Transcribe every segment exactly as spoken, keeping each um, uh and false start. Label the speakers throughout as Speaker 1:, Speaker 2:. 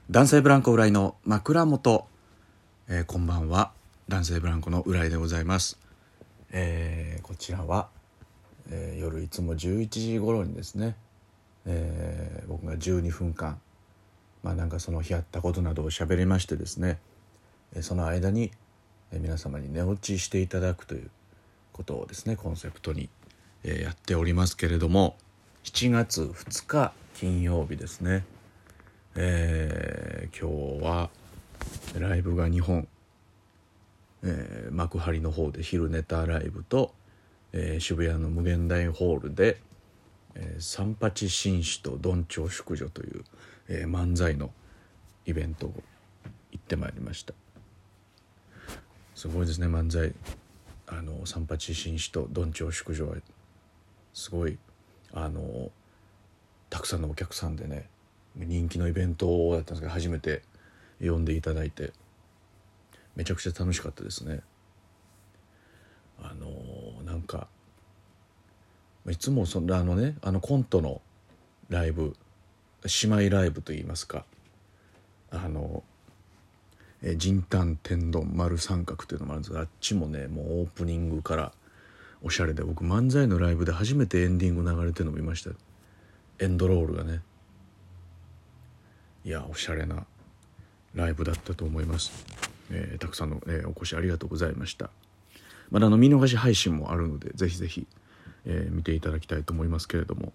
Speaker 1: 男性ブランコ浦井の枕元、えー、こんばんは。男性ブランコの浦井でございます。えー、こちらは、えー、夜いつもじゅういちじ頃にですね、えー、僕がじゅうにふんかん、まあなんかその日あったことなどを喋りましてですね、えー、その間に、えー、皆様に寝落ちしていただくということをですねコンセプトに、えー、やっておりますけれども、しちがつふつか金曜日ですね。えー、今日はライブがにほん、えー、幕張の方で昼ネタライブと、えー、渋谷の無限大ホールで、えー、三八紳士とどんちょう淑女という、えー、漫才のイベントを行ってまいりました。すごいですね、漫才。あの三八紳士とどんちょう淑女はすごいあのたくさんのお客さんでね、人気のイベントだったんですけど、初めて呼んでいただいてめちゃくちゃ楽しかったですね。あのー、なんかいつもそのあのねあのコントのライブ、姉妹ライブといいますか、あのえ人丹天丼丸三角というのもあるんですが、あっちもねもうオープニングからおしゃれで、僕漫才のライブで初めてエンディング流れてるのを見ました。エンドロールがね、いやおしゃれなライブだったと思います。えー、たくさんの、えー、お越しありがとうございました。まだあの見逃し配信もあるのでぜひぜひ、えー、見ていただきたいと思いますけれども、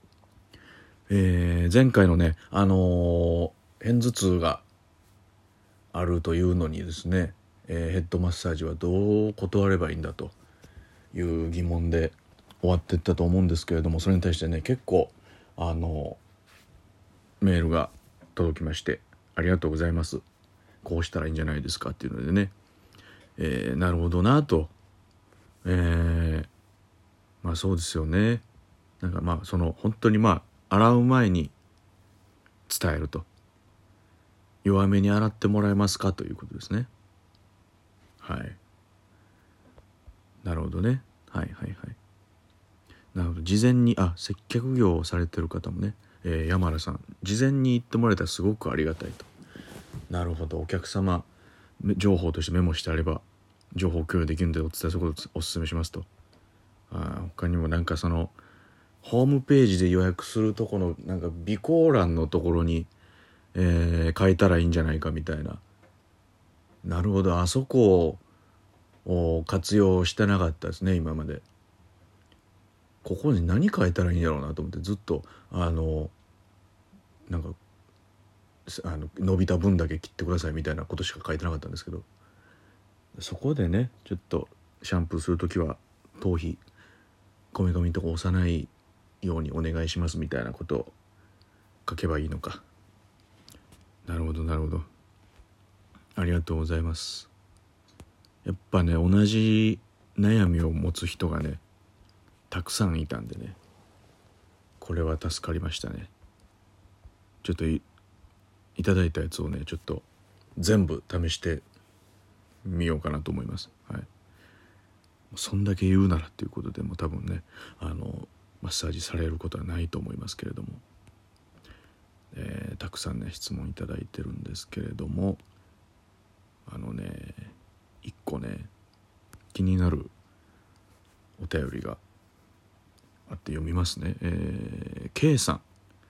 Speaker 1: えー、前回のねあのー、片頭痛があるというのにですね、えー、ヘッドマッサージはどう断ればいいんだという疑問で終わっていったと思うんですけれども、それに対してね結構あのメールが届きまして、ありがとうございます、こうしたらいいんじゃないですかっていうのでね、えー、なるほどなと、えー、まあそうですよね。なんかまあその本当にまあ洗う前に伝えると、弱めに洗ってもらえますかということですね。はい、なるほどね。はいはいはい。なるほど、事前にあ接客業をされてる方もね、えー、山田さん事前に言ってもらえたらすごくありがたいと。なるほど、お客様情報としてメモしてあれば情報共有できるのでお伝えすることをお勧めしますと。あ他にもなんかそのホームページで予約するとこのなんか備考欄のところに、えー、書いたらいいんじゃないかみたいな。なるほど、あそこを活用してなかったですね今まで。ここに何書いたらいいんやろうなと思ってずっとあのなんかあの伸びた分だけ切ってくださいみたいなことしか書いてなかったんですけど、そこでねちょっとシャンプーするときは頭皮こめかみのとこ押さないようにお願いしますみたいなことを書けばいいのか。なるほどなるほど、ありがとうございます。やっぱね同じ悩みを持つ人がねたくさんいたんでね、これは助かりましたね。ちょっと い, いただいたやつをねちょっと全部試してみようかなと思います。はい、そんだけ言うならっていうことでも多分ねあのマッサージされることはないと思いますけれども、えー、たくさんね質問いただいてるんですけれども、あのね一個ね気になるお便りがあって読みますね。えー、K さん、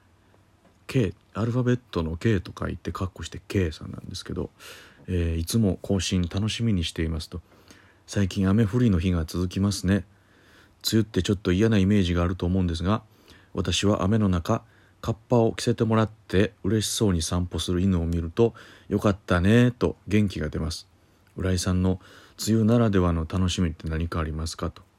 Speaker 1: K アルファベットの K と書いてカッコして K さんなんですけど、えー、いつも更新楽しみにしていますと。最近雨降りの日が続きますね。梅雨ってちょっと嫌なイメージがあると思うんですが、私は雨の中カッパを着せてもらって嬉しそうに散歩する犬を見るとよかったねと元気が出ます。浦井さんの梅雨ならではの楽しみって何かありますかと。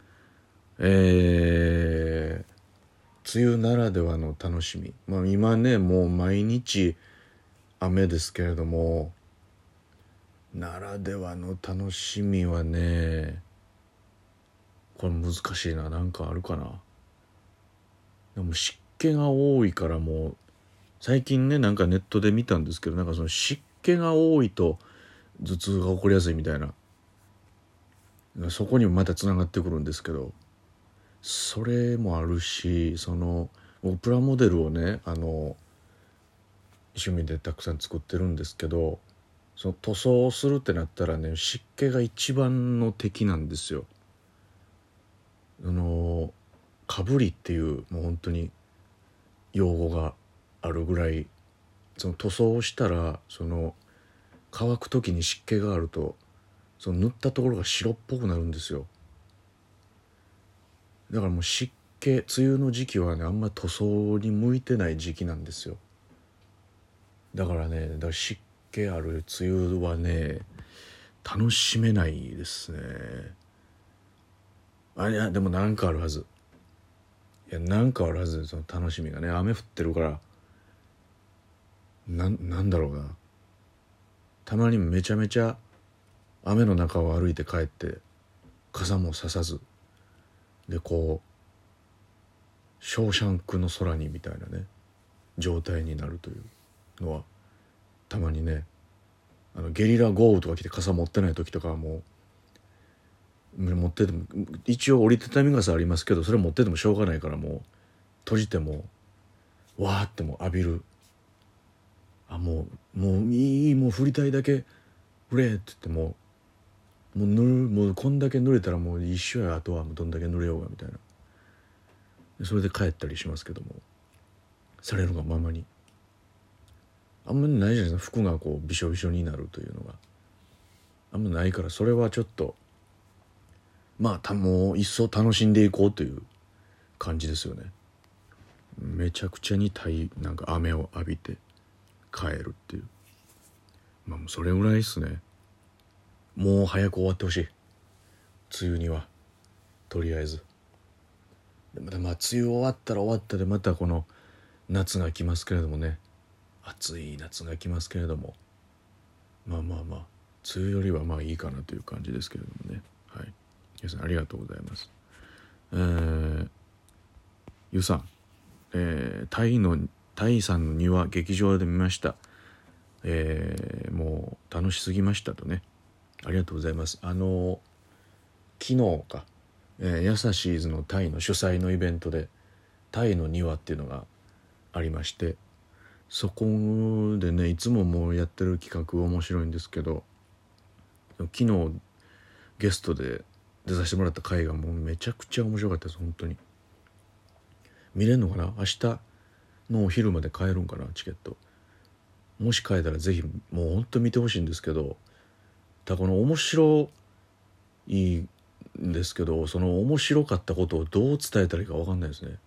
Speaker 1: えー、梅雨ならではの楽しみ、まあ今ねもう毎日雨ですけれども、ならではの楽しみはねこれ難しいな。なんかあるかな。でも湿気が多いからもう最近ねなんかネットで見たんですけど、なんかその湿気が多いと頭痛が起こりやすいみたいな、そこにもまたつながってくるんですけど、それもあるし、そのプラモデルをねあの趣味でたくさん作ってるんですけど、その塗装をするってなったらね、湿気が一番の敵なんですよ。あのかぶりっていうもう本当に用語があるぐらい、その塗装をしたらその乾く時に湿気があるとその塗ったところが白っぽくなるんですよ。だからもう湿気、梅雨の時期はねあんまり塗装に向いてない時期なんですよ。だからね、だから湿気ある梅雨はね楽しめないですね。あ、いやでもなんかあるはず。いやなんかあるはず、その楽しみがね。雨降ってるからな、なんだろうな、たまにめちゃめちゃ雨の中を歩いて帰って傘もささずでこうショーシャンクの空にみたいなね状態になるというのはたまにね、あのゲリラ豪雨とか来て傘持ってない時とかはもう持ってても一応折りたたみ傘ありますけど、それ持っててもしょうがないからもう閉じてもわーっても浴びる。あ、もうもういい、もう降りたいだけ降れって言ってももうぬるもうこんだけ濡れたらもう一緒や、あとはもうどんだけ濡れようがみたいな。それで帰ったりしますけども、されるがままにあんまりないじゃないですか。服がこうびしょびしょになるというのがあんまないから、それはちょっとまあたもう一層楽しんでいこうという感じですよね。めちゃくちゃにたいなんか雨を浴びて帰るっていう、まあもうそれぐらいですね。もう早く終わってほしい、梅雨には。とりあえずでまたまあ梅雨終わったら終わったでまたこの夏が来ますけれどもね、暑い夏が来ますけれども、まあまあまあ梅雨よりはまあいいかなという感じですけれどもね。はい、皆さんありがとうございます。えー、ゆさん、えー、タイのタイさんの庭劇場で見ました。えー、もう楽しすぎましたとね、ありがとうございます。あの昨日か、えー、ヤサシーズのタイの主催のイベントでタイの庭っていうのがありまして、そこでねいつももうやってる企画面白いんですけど、昨日ゲストで出させてもらった回がもうめちゃくちゃ面白かったです。本当に見れるのかな、明日のお昼まで買えるんかな、チケット。もし買えたらぜひもう本当見てほしいんですけど、ただこの面白いんですけど、その面白かったことをどう伝えたらいいか分かんないですね。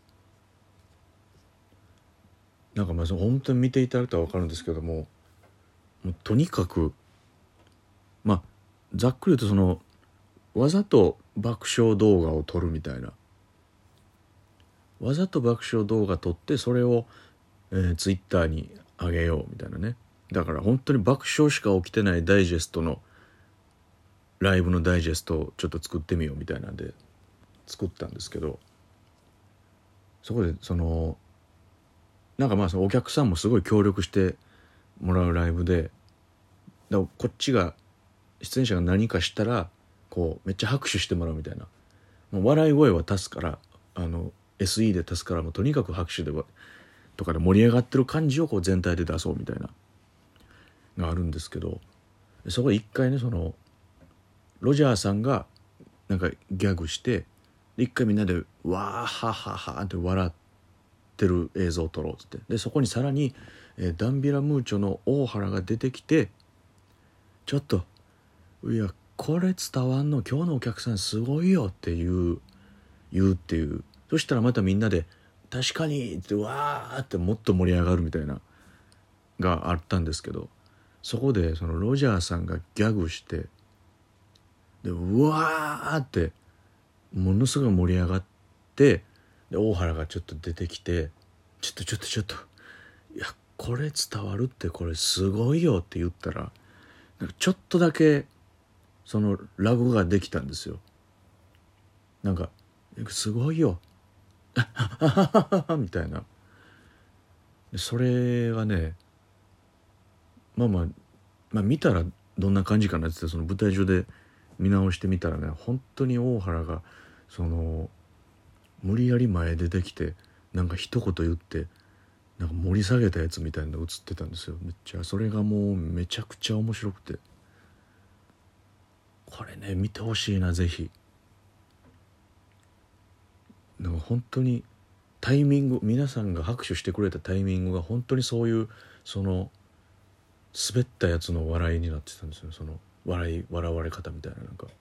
Speaker 1: なんかまあ本当に見ていただいたら分かるんですけども、もうとにかくまあざっくり言うとそのわざと爆笑動画を撮るみたいな、わざと爆笑動画撮ってそれを、えー、ツイッターに上げようみたいなね。だから本当に爆笑しか起きてないダイジェストのライブのダイジェストをちょっと作ってみようみたいなんで作ったんですけど、そこでそのなんかまあそのお客さんもすごい協力してもらうライブで、だからこっちが出演者が何かしたらこうめっちゃ拍手してもらうみたいな、もう笑い声は足すからあの エスイー で足すからもうとにかく拍手でとかで盛り上がってる感じをこう全体で出そうみたいながあるんですけど、そこで一回ねそのロジャーさんがなんかギャグして一回みんなでわーはははって笑ってる映像を撮ろうっつって、でそこにさらに、えーダンビラムーチョの大原が出てきて、ちょっといやこれ伝わんの今日のお客さんすごいよっていう言うっていう、そしたらまたみんなで確かにってわーってもっと盛り上がるみたいながあったんですけど、そこでそのロジャーさんがギャグしてでうわーってものすごい盛り上がって、で大原がちょっと出てきてちょっとちょっとちょっといやこれ伝わるってこれすごいよって言ったらなんかちょっとだけそのラグができたんですよ。なんかすごいよみたいな。それはねまあまあまあ見たらどんな感じかなってその舞台上で見直してみたらね、本当に大原がその無理やり前出てきてなんか一言言ってなんか盛り下げたやつみたいなの映ってたんですよ。めっちゃそれがもうめちゃくちゃ面白くて、これね見てほしいな、ぜひ。なんか本当にタイミング、皆さんが拍手してくれたタイミングが本当にそういうその滑ったやつの笑いになってたんですよ。その笑い笑われ方みたいな、なんか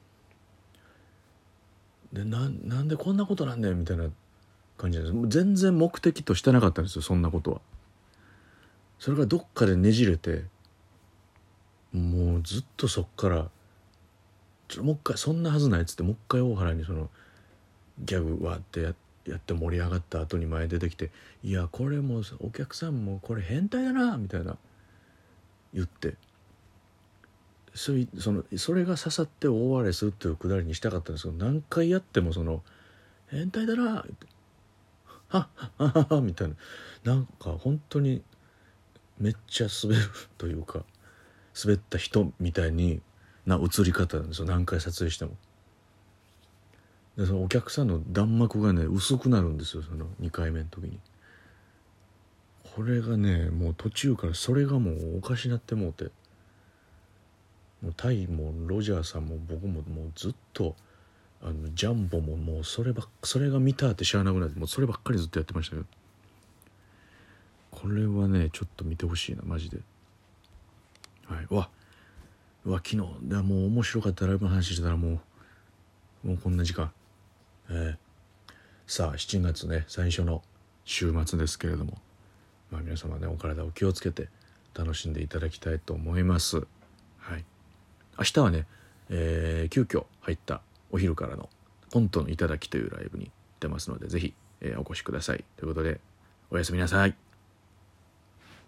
Speaker 1: で な, なんでこんなことなんだよみたいな感じなんです。全然目的としてなかったんですよ、そんなことは。それがどっかでねじれて、もうずっとそっからちょもう一回そんなはずないっつって、もう一回大原にそのギャグわーってややって盛り上がった後に前出てきて、いやこれもうお客さんもこれ変態だなみたいな言って、それそのそれが刺さって大笑いするっていうくだりにしたかったんですけど、何回やってもその変態だなってはっはっはっはみたいな、なんか本当にめっちゃ滑るというか、滑った人みたいにな映り方なんですよ、何回撮影しても。でそのお客さんの弾幕がね薄くなるんですよ、そのにかいめの時に。これがねもう途中からそれがもうおかしなってもうて、もうタイもロジャーさんも僕ももうずっとあのジャンボももうそればっそれが見たってしゃあなくなって、もうそればっかりずっとやってましたけど、これはねちょっと見てほしいなマジで。はい、うわうわ昨日でもう面白かったライブの話してたらもうもうこんな時間。えー、さあしちがつね最初の週末ですけれども、まあ、皆様ねお体を気をつけて楽しんでいただきたいと思います。はい、明日はね、えー、急遽入ったお昼からのコントのいただきというライブに出ますので、ぜひ、えー、お越しくださいということで、おやすみなさい。